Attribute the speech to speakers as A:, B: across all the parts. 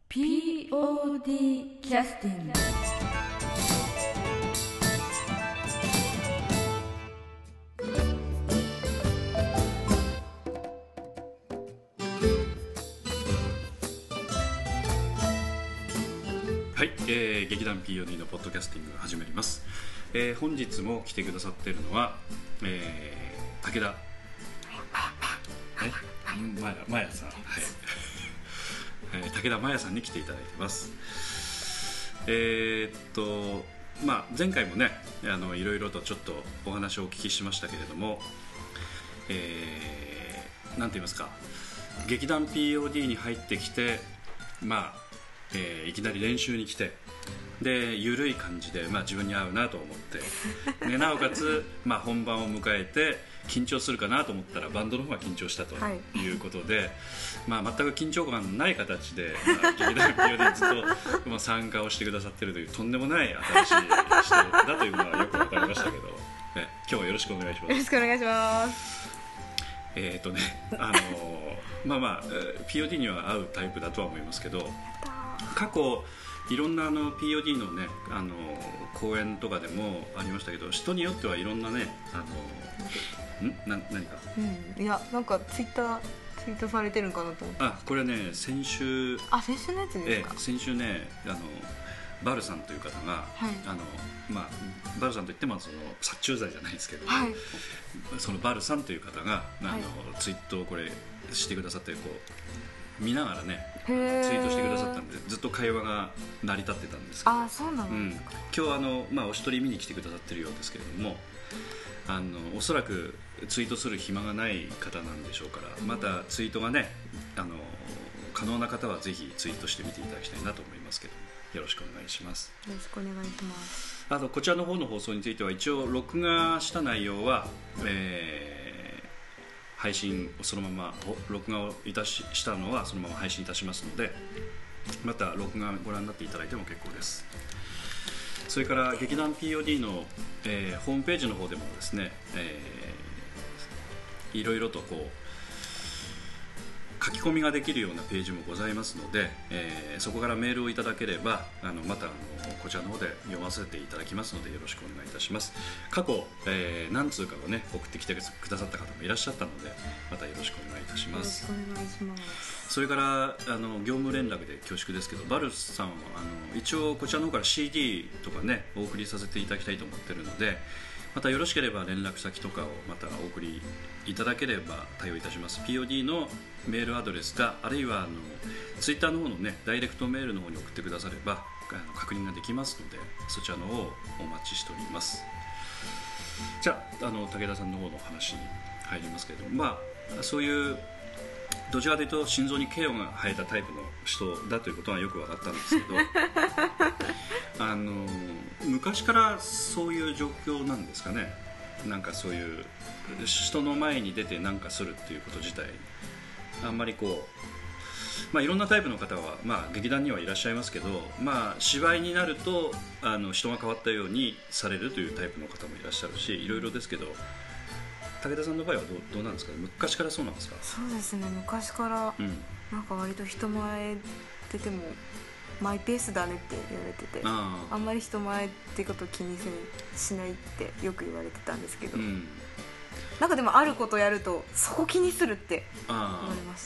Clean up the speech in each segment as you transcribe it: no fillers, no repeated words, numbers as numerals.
A: POD キャスティング。
B: はい、劇団 POD のポッドキャスティング始まります。本日も来てくださっているのは、武田まやさん、はい武田まやさんに来ていただいてます。前回もねいろいろとちょっとお話をお聞きしましたけれども、なんて言いますか、劇団 POD に入ってきていきなり練習に来て、で緩い感じで、自分に合うなと思ってでなおかつ、本番を迎えて緊張するかなと思ったらバンドの方が緊張したということで、全く緊張感のない形で、劇団 POD にずっと参加をしてくださっているというとんでもない新しい人だというのはよく分かりましたけど、今日はよろしくお願いします。
C: よろしくお願いします。
B: POD には合うタイプだとは思いますけど、過去いろんなPOD のね講演とかでもありましたけど、人によってはいろんなね何か、
C: いやなんかツイートされてるのかなと思って。
B: これね先週
C: のやつですか。
B: 先週ねバルさんという方が、バルさんといってもその殺虫剤じゃないですけど、そのバルさんという方がツイートをこれしてくださって、こう見ながらねツイートしてくださったんで、ずっと会話が成り立ってたんですけど、
C: そうなんですか。
B: 今日お一人見に来てくださってるようですけれども、おそらくツイートする暇がない方なんでしょうから、またツイートがね可能な方はぜひツイートしてみていただきたいなと思いますけど、よろしくお願いします。
C: よろしくお願いします。
B: こちらの方の放送については一応録画した内容は、配信をそのまま録画をしたのはそのまま配信いたしますので、また録画ご覧になっていただいても結構です。それから劇団 POD の、ホームページの方でもですね、いろいろとこう書き込みができるようなページもございますので、そこからメールをいただければまたこちらの方で読ませていただきますので、よろしくお願いいたします。過去、何通かをね送ってきてくださった方もいらっしゃったので、またよろしくお願いいたします。
C: よろしくお願いします。
B: それから業務連絡で恐縮ですけど、バルさんは一応こちらの方から CD とかねお送りさせていただきたいと思っているので、またよろしければ連絡先とかをまたお送りいただければ対応いたします。 POD のメールアドレスか、あるいはツイッターの方のねダイレクトメールの方に送ってくだされば確認ができますので、そちらの方をお待ちしております。じゃあ武田さんの方の話に入りますけれども、そういうどちらかというと心臓に毛が生えたタイプの人だということはよく分かったんですけど昔からそういう状況なんですかね。なんかそういう人の前に出て何かするっていうこと自体あんまりこう、いろんなタイプの方は、劇団にはいらっしゃいますけど、芝居になると人が変わったようにされるというタイプの方もいらっしゃるし、いろいろですけど、武田さんの場合はどうなんですかね。昔からそうなんですか。
C: そうですね、昔から、なんか割と人前出てもマイペースだねって言われてて、あんまり人前ってことを気にしないってよく言われてたんですけど、なんかでもあることやるとそこ気にするって言われました。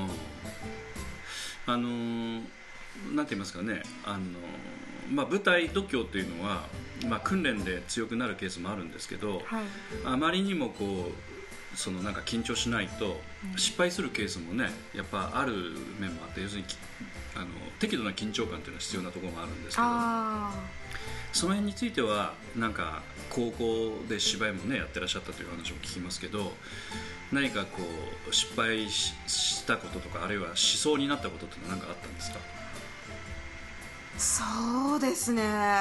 B: なんて言いますかね、舞台度胸というのは、訓練で強くなるケースもあるんですけど、あまりにもこうなんか緊張しないと失敗するケースもねやっぱある面もあって、要するに適度な緊張感というのは必要なところがあるんですけど、その辺についてはなんか高校で芝居もねやってらっしゃったという話を聞きますけど、何かこう失敗したこととか、あるいはしそうになったことって何かあったんですか。
C: そうですね、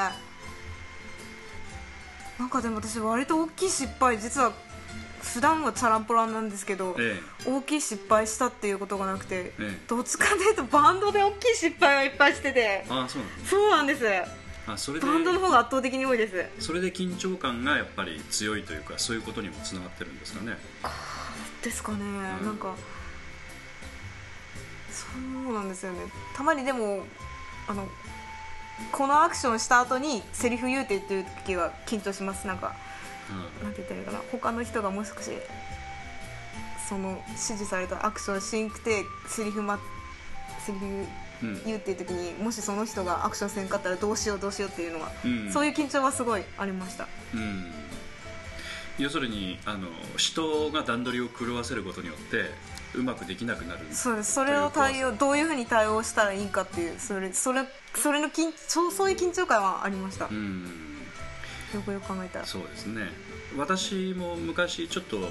C: なんかでも私割と大きい失敗、実は普段はチャランポランなんですけど、大きい失敗したっていうことがなくて、どっちかというとバンドで大きい失敗はいっぱいしてて。そうなんです。
B: それで
C: バンドの方が圧倒的に多いです。
B: それで緊張感がやっぱり強いというか、そういうことにもつながってるんですかね。
C: ですかね、なんかそうなんですよね。たまにでもこのアクションした後にセリフ言うって言ってる時は緊張します。なんか、なんて言ったらいいかな、他の人がもしかしてその指示されたアクションしんくてセリフ言うっていう時に、もしその人がアクションせんかったらどうしようっていうのは、そういう緊張はすごいありました。
B: 要するに人が段取りを狂わせることによってうまくできなくなる。
C: そうです。それをどういうふうに対応したらいいかっていう、それのそういう緊張感はありました。よくよく考えたら。
B: そうですね。私も昔ちょっと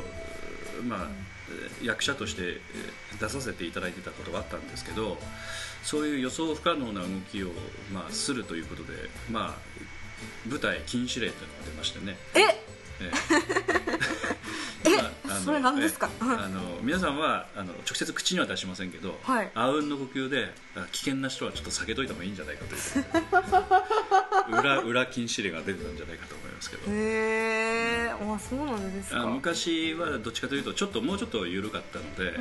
B: 役者として出させていただいてたことがあったんですけど、そういう予想不可能な動きをするということで、舞台禁止令というのが出ましてね。
C: それ何ですか？
B: 皆さんは直接口には出しませんけど、あうんの呼吸で危険な人はちょっと避けといた方がいいんじゃないかという裏禁止令が出てたんじゃないかと思いますけど。
C: そうなんですか。
B: 昔はどっちかというともうちょっと緩かったので、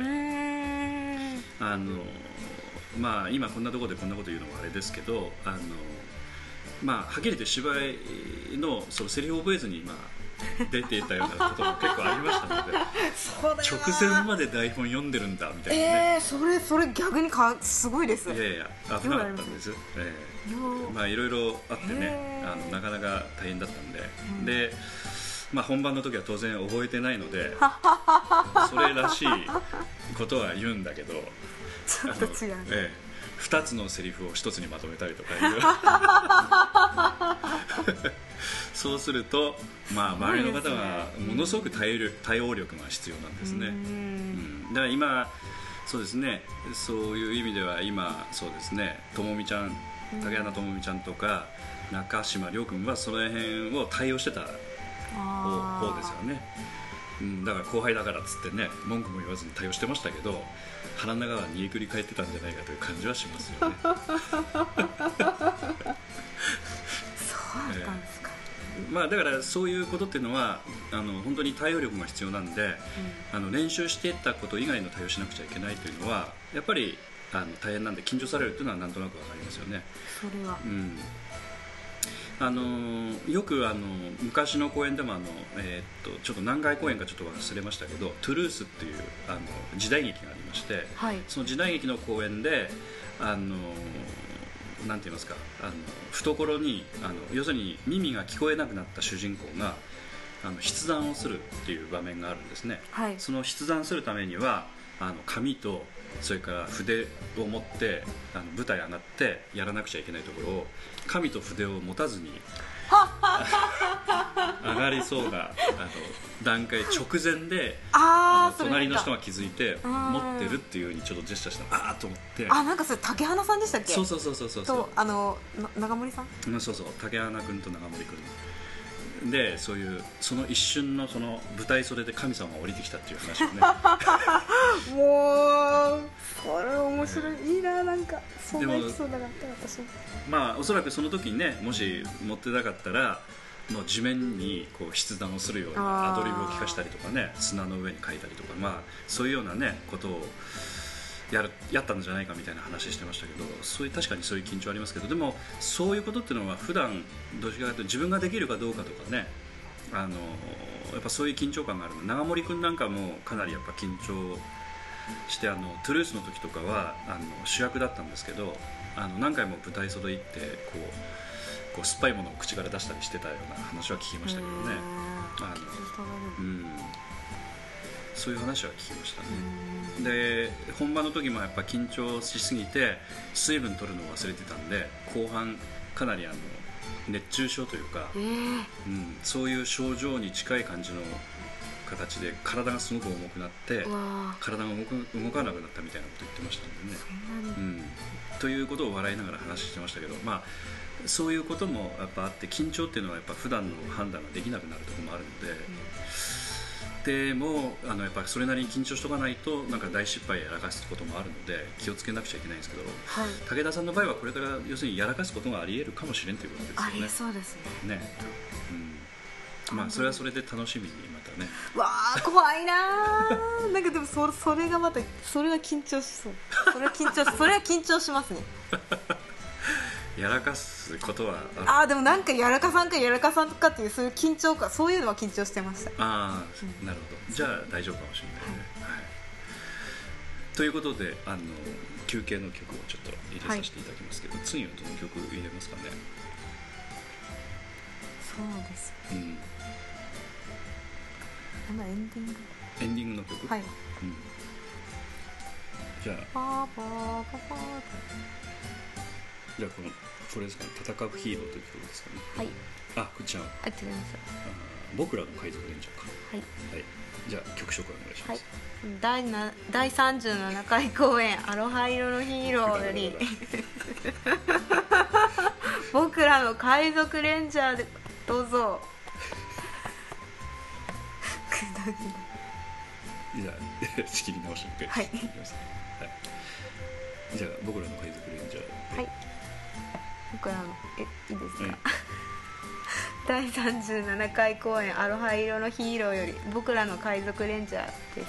B: 今こんなところでこんなこと言うのもあれですけど、はっきり言って芝居のそのセリフを覚えずに出ていたようなことも結構ありましたので直前まで台本読んでるんだみたいなね。
C: それ逆にすごいです。
B: いや危なかったんです。いろいろあってね、なかなか大変だったんで、で本番の時は当然覚えてないのでそれらしいことは言うんだけど、
C: ちょっと違う。
B: 2つのセリフを1つにまとめたりとかそうすると、周りの方はものすごく対応力が必要なんですね。だから今そうですね、そういう意味では今そうですね、竹穴智美ちゃんとか中島亮君はその辺を対応してた方ですよね。だから後輩だからっつってね、文句も言わずに対応してましたけど、腹の中は煮えくり返ってたんじゃないかという感じはしますよね。
C: そうだったんですか。
B: だからそういうことっていうのは本当に対応力が必要なんで、練習していったこと以外の対応しなくちゃいけないというのはやっぱり大変なんで緊張されるっていうのはなんとなく分かりますよね。
C: それは、
B: よく昔の公演でもちょっと何回公演かちょっと忘れましたけど、トゥルースっていう時代劇がありまして、その時代劇の公演でなんて言いますか、懐に要するに耳が聞こえなくなった主人公が筆談をするっていう場面があるんですね。その筆談するためには紙とそれから筆を持って舞台上がってやらなくちゃいけないところを紙と筆を持たずに上がりそうな段階直前で隣の人が気づいて持ってるっていう風にちょっとジェスチャーしたらと思って、
C: なんかそれ竹花さんでしたっけ？
B: そう
C: と長森さん、
B: そう竹花君と長森君で、その一瞬のその舞台袖で神様が降りてきたっていう話をね
C: もうそれ面白い、いいな、なんかそんなエピソードがあった私も。
B: おそらくその時にね、もし持ってなかったらもう地面にこう筆談をするようなアドリブを聞かしたりとかね、砂の上に書いたりとか、そういうようなねことをやったんじゃないかみたいな話してましたけど、確かにそういう緊張ありますけど、でもそういうことっていうのは普段どちらかというと自分ができるかどうかとかね、やっぱそういう緊張感があるの。長森君なんかもかなりやっぱ緊張してトゥルースの時とかは主役だったんですけど、何回も舞台袖行ってこう酸っぱいものを口から出したりしてたような話は聞きましたけどね。そういう話は聞きましたね。で本番の時もやっぱ緊張しすぎて水分取るのを忘れてたんで、後半かなり熱中症というか、そういう症状に近い感じの形で体がすごく重くなって体が動かなくなったみたいなこと言ってましたんでね。ということを笑いながら話してましたけど、そういうこともやっぱあって、緊張っていうのはやっぱ普段の判断ができなくなるところもあるので、でもやっぱりそれなりに緊張しとかないとなんか大失敗やらかすこともあるので気をつけなくちゃいけないんですけど、武田さんの場合はこれから要するにやらかすことがありえるかもしれんということですよね。
C: ありそうですね。
B: まあそれはそれで楽しみにまたね。
C: わー怖いなー。なんかでもそれがまたそれは緊張しそう。それは緊張しますね。
B: やらかすことは
C: でもなんかやらかさんかっていうそういう緊張感、そういうのは緊張してました。
B: なるほど。じゃあ大丈夫かもしれないね、はい、ということで休憩の曲をちょっと入れさせていただきますけど、次はどの曲入れますかね。
C: そうです、エンディング
B: の曲、
C: はい、
B: じゃあこれですかね、戦うヒーローという曲ですかね。
C: はい。
B: こっちは
C: 違います。
B: 僕らの海賊レンジャーか。
C: はい。
B: はい。じゃあ曲紹介お願いします。
C: はい。第37回公演アロハ色のヒーローより僕らの海賊レンジャーでどうぞ。
B: じゃあ仕切り直しで、はい、じゃあ僕らの海賊レンジャーで、
C: はい、僕らのいいですか、第37回公演アロハ色のヒーローより僕らの海賊レンジャーです。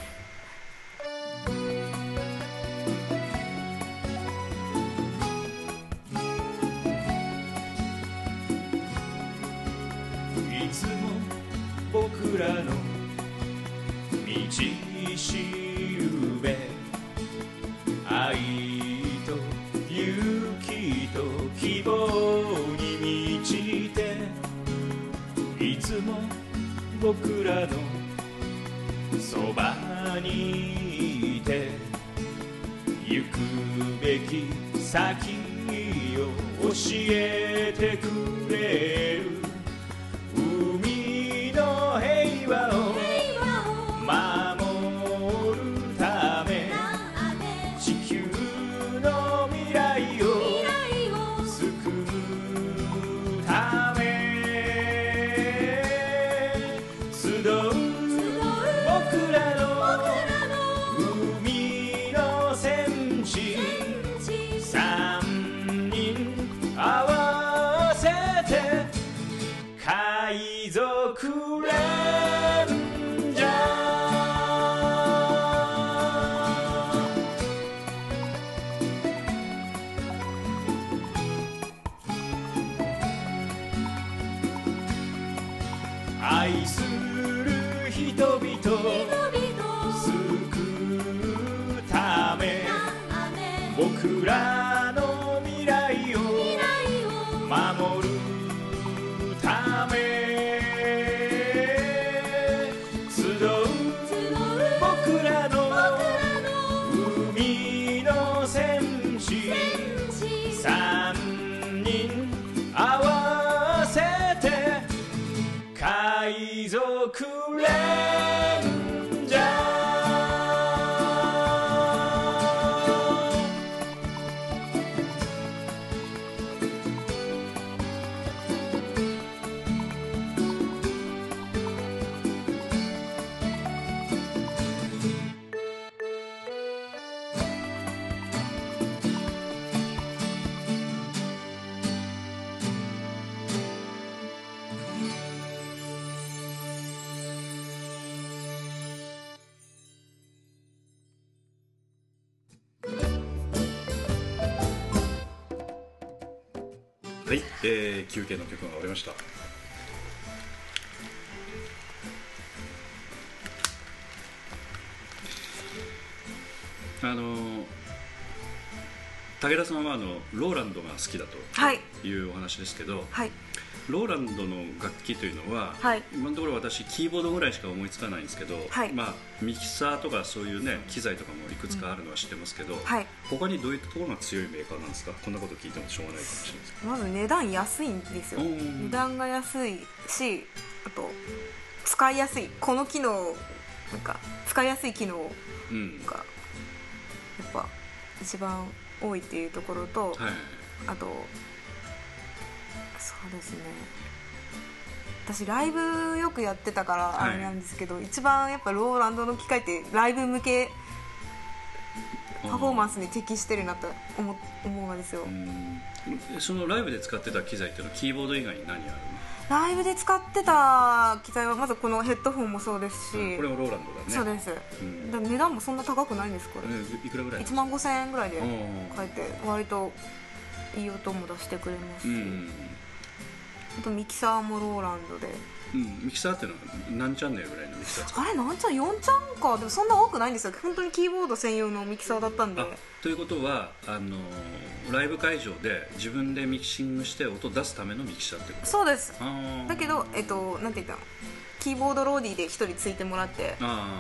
D: いつも僕らの道しるべ、愛と勇気と希望に満ちて、いつも僕らのそばにいて、行くべき先を教えてくれる、海の平和を守るため、地球の未来を救うため、集う僕らの海の戦士3人合わせて海賊レンジャー。愛する人々救うため、僕らの未来を守るため、集う僕らの海の戦士3人合わせて海賊レンジャー。
B: はい、休憩の曲が終わりました。武田さんはローランドが好きだというお話ですけど、
C: はい、
B: ローランドの楽器というのは、はい、今のところ私キーボードぐらいしか思いつかないんですけど、はい、ミキサーとかそういうね機材とかもいくつかあるのは知ってますけど、はい、他にどういうところが強いメーカーなんですか。こんなこと聞いてもしょうがないかもしれないですけど、
C: まず値段安いんですよ。値段が安いし、あと使いやすい、この機能なんか使いやすい機能がやっぱ一番多いっていうところと、はい、あとそうですね、私ライブよくやってたからあれなんですけど、はい、一番やっぱローランドの機械ってライブ向けパフォーマンスに適してるなと思うんですよ。
B: そのライブで使ってた機材っていうのはキーボード以外に何あるの？
C: ライブで使ってた機材はまずこのヘッドホンもそうですし、
B: これはローランドだね。
C: そうです、だ値段もそんな高くないんです。これ
B: いくらぐらい
C: ？1万5000円ぐらいで買えて、割といい音も出してくれますし、あとミキサーもローランドで、
B: ミキサーっていうのは何チャンネルぐらいのミキサー使う？
C: あれ何チャン4チャンか。でもそんな多くないんですよ。本当にキーボード専用のミキサーだったんで。
B: ということはライブ会場で自分でミキシングして音出すためのミキサーってこと？
C: そうです。だけどなんて言ったの、キーボードローディーで1人ついてもらって、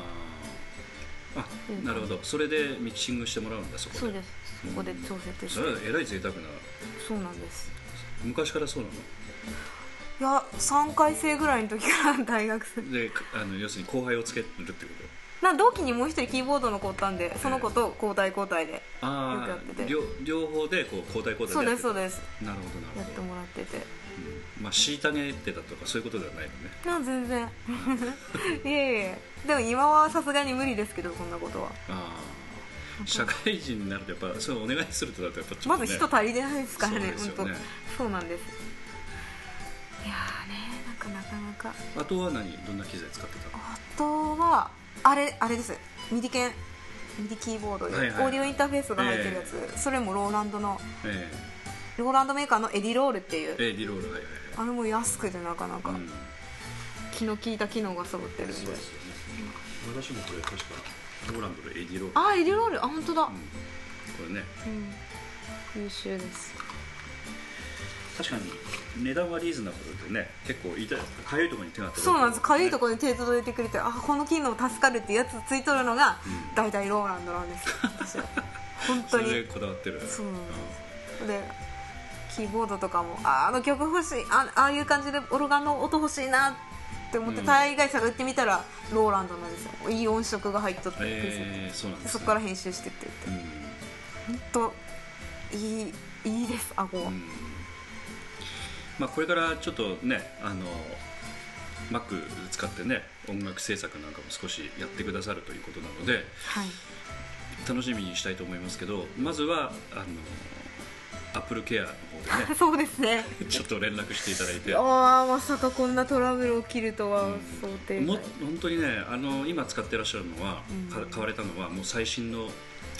B: なるほど。それでミキシングしてもらうんだ。そこで。そうです。
C: そこで調節して。
B: それはえらい贅沢な。
C: そうなんです。
B: 昔からそうなの？
C: いや、3回生ぐらいの時から大学生
B: で、要するに後輩をつけるってこと？
C: 同期にもう一人キーボードの子おったんで、その子と交代交代でよくやってて、
B: 両方でこう交代交代でやって。
C: そうです。
B: なるほど
C: やってもらってて、
B: 虐げてたとかそういうことではないのね。
C: 全然いえでも今はさすがに無理ですけど、そんなことは。
B: 社会人になるとやっぱそうお願いするとだとやっぱちょっと、
C: まず人足りないですからね。
B: 本当
C: そうなんです。いやね、なかなか。
B: あとはどんな機材使ってたの？
C: あとはあれです。ミディキーボードで、オーディオインターフェースが入ってるやつ、それもローランドの、ローランドメーカーのエディロールっていう、
B: エディロール、
C: あれも安くてなかなか、気の利いた機能が揃ってるんで。
B: そうですよね。私もこれ確かローランドのエディロール。
C: エディロール、本当だ。こ
B: れね、
C: 優秀です。
B: 確かに値段はリーズナブルでね、結構かゆいところに手が届いて、
C: そうなんです。かゆいところに手届いてくれて、この機能助かるってやつついとるのが大体ローランドなんです。私は本当に
B: それでこだわってる。
C: そうなんです。でキーボードとかも曲欲しい、ああいう感じでオルガンの音欲しいなって思って、大概探ってみたらローランドなんですよ。いい音色が入っとって、そこから編集してって言って、本当いいです。顎は。こ
B: れからちょっとね、Mac 使ってね、音楽制作なんかも少しやってくださるということなので、楽しみにしたいと思いますけど、まずはApple Care の方でね
C: そうですね
B: ちょっと連絡していただいて、
C: まさかこんなトラブル起きるとは想定外。
B: 本当にね、今使ってらっしゃるのは、買われたのはもう最新の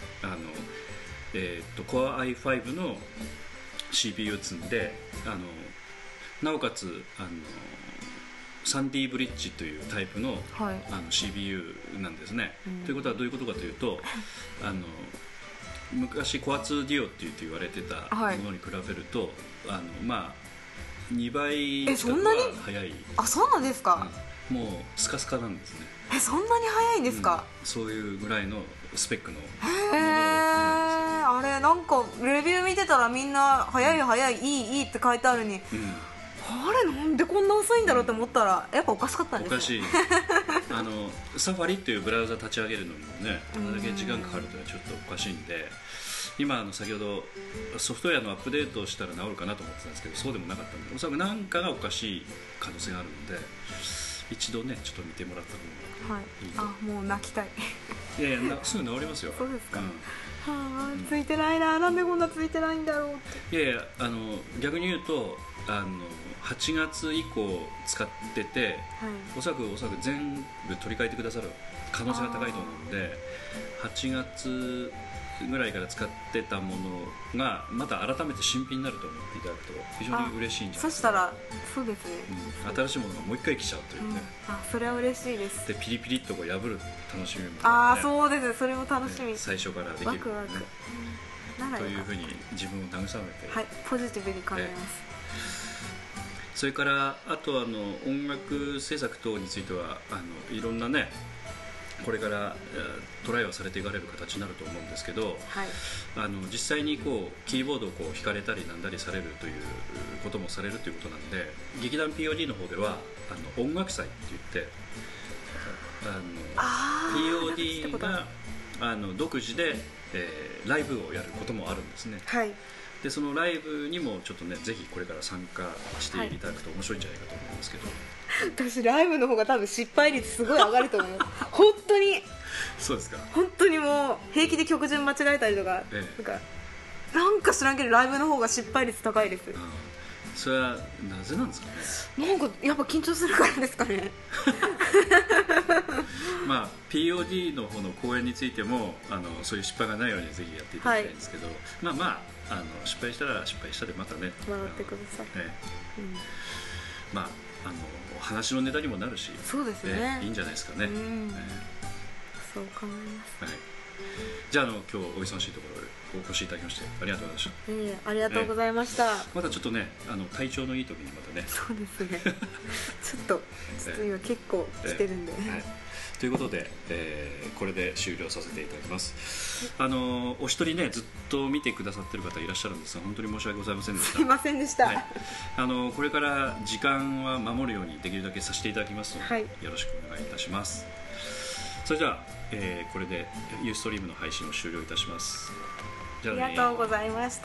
B: Core i5 の CPU 積んで、なおかつサンディブリッジというタイプの、CPU なんですね。ということはどういうことかというと、昔コア2デュオって言われてたものに比べると、2倍近くは速い。
C: そうなんですか。
B: もうスカスカなんですね。
C: そんなに速いんですか。
B: そういうぐらいのスペックのも
C: のなんでなんかレビュー見てたらみんな速いいいって書いてあるに、なんでこんな遅いんだろうって思ったら、やっぱおかしかったんですね。
B: おかしいサファリっていうブラウザ立ち上げるのにもね、あれだけ時間かかるとはちょっとおかしいんで、今先ほどソフトウェアのアップデートをしたら治るかなと思ってたんですけど、そうでもなかったので、おそらく何かがおかしい可能性があるので、一度ねちょっと見てもらった方がいいと。
C: もう泣きたい。
B: いやすぐ治りますよ。
C: そうですか。ついてないな、なんでこんなついてないんだろうって。
B: いや逆に言うと8月以降使ってて、おそらく全部取り替えてくださる可能性が高いと思うので、8月ぐらいから使ってたものがまた改めて新品になると思っていただくと非常に嬉しいんじゃないですか。
C: そしたらそうですね、
B: 新しいものがもう一回来ちゃうというね、
C: それは嬉しいです。
B: でピリピリっとこう破る楽しみも、
C: そうですね、それも楽しみ、
B: 最初からできる、
C: ワクワク、
B: というふうに自分を慰めて、
C: ポジティブに考えます。
B: それからあと音楽制作等についてはいろんなね、これからトライはされていかれる形になると思うんですけど、実際にキーボードを弾かれたりなんだりされるということもされるということなんで、劇団 POD の方では音楽祭って言って、POD が独自で、ライブをやることもあるんですね。でそのライブにもちょっとね、ぜひこれから参加していただくと面白いんじゃないかと思いますけど、
C: 私ライブの方が多分失敗率すごい上がると思う本当に。
B: そうですか。
C: 本当にもう平気で曲順間違えたりとか、なんか知らんけどライブの方が失敗率高いです。
B: それはなぜなんですかね。
C: なんかやっぱ緊張するからですかね
B: まあ POD の方の公演についてもそういう失敗がないようにぜひやっていただきたいんですけど、まあ失敗したら失敗したでまたね
C: 笑ってください。
B: まあ話のネタにもなるし、
C: そうですね、
B: いいんじゃないですかね。
C: そう考えます。
B: じゃあ今日お忙しいところお越しいただきましてありがとうございました。
C: ありがとうございました。
B: またちょっとね体調のいい時にまたね。
C: そうですねちょっと今結構来てるんで、
B: ということで、これで終了させていただきます。お一人ねずっと見てくださってる方いらっしゃるんですが本当に申し訳ございませんでした。
C: すいませんでした、
B: これから時間は守るようにできるだけさせていただきますので、よろしくお願いいたします。それじゃあ、これでユーストリームの配信を終了いたします。じゃあね、
C: ありがとうございました。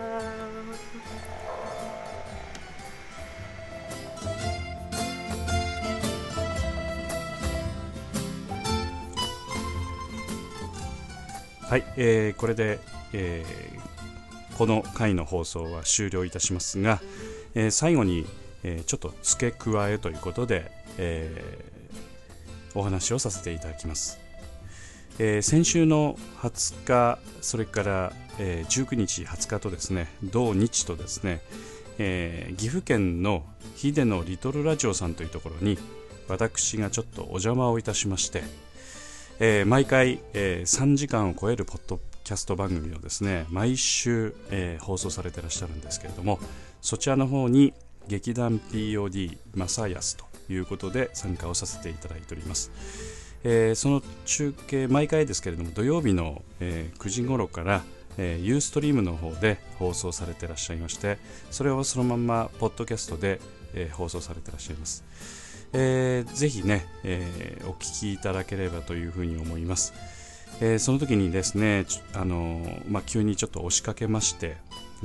E: はい、これで、この回の放送は終了いたしますが、最後に、ちょっと付け加えということで、お話をさせていただきます。先週の20日それから、19日20日とですね同日とですね、岐阜県の秀野リトルラジオさんというところに私がちょっとお邪魔をいたしまして、毎回、3時間を超えるポッドキャスト番組をですね毎週、放送されていらっしゃるんですけれども、そちらの方に劇団 POD 正康ということで参加をさせていただいております。その中継毎回ですけれども土曜日の、9時頃から、ユーストリームの方で放送されていらっしゃいまして、それをそのままポッドキャストで、放送されていらっしゃいます。ぜひね、お聞きいただければというふうに思います。その時にですね急にちょっと押しかけまして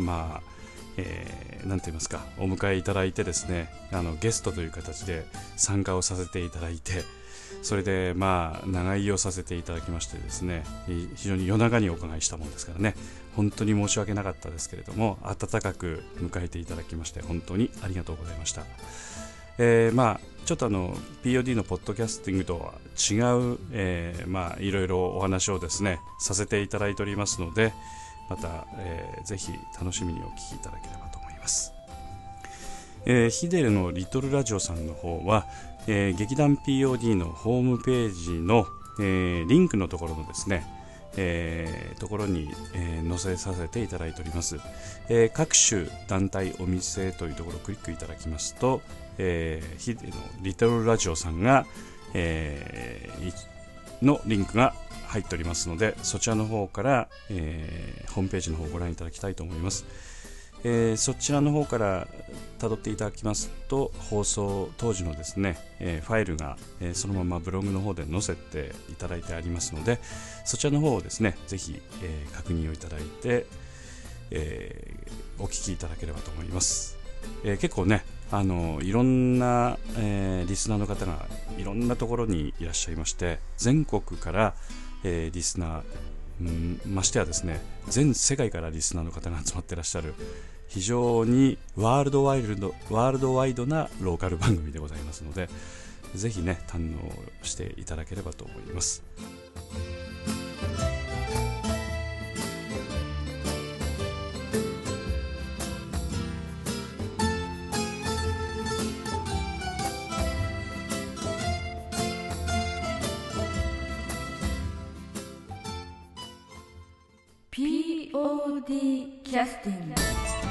E: なんて言いますかお迎えいただいてですねゲストという形で参加をさせていただいて、それで長居をさせていただきましてですね非常に夜中にお伺いしたものですからね本当に申し訳なかったですけれども温かく迎えていただきまして本当にありがとうございました。ちょっとPOD のポッドキャスティングとは違う、いろいろお話をですねさせていただいておりますのでまた、ぜひ楽しみにお聞きいただければと思います。ヒデルのリトルラジオさんの方は、劇団 POD のホームページの、リンクのところのですね、ところに、載せさせていただいております。各種団体お店というところをクリックいただきますと、ヒデのリトルラジオさんが、のリンクが入っておりますのでそちらの方から、ホームページの方をご覧いただきたいと思います。そちらの方から辿っていただきますと放送当時のですね、ファイルが、そのままブログの方で載せていただいてありますのでそちらの方をですねぜひ、確認をいただいて、お聞きいただければと思います。結構ねいろんな、リスナーの方がいろんなところにいらっしゃいまして全国から、リスナー、ましてやですね全世界からリスナーの方が集まっていらっしゃる非常にワールドワイドなローカル番組でございますのでぜひね堪能していただければと思います。
A: POD キャスティング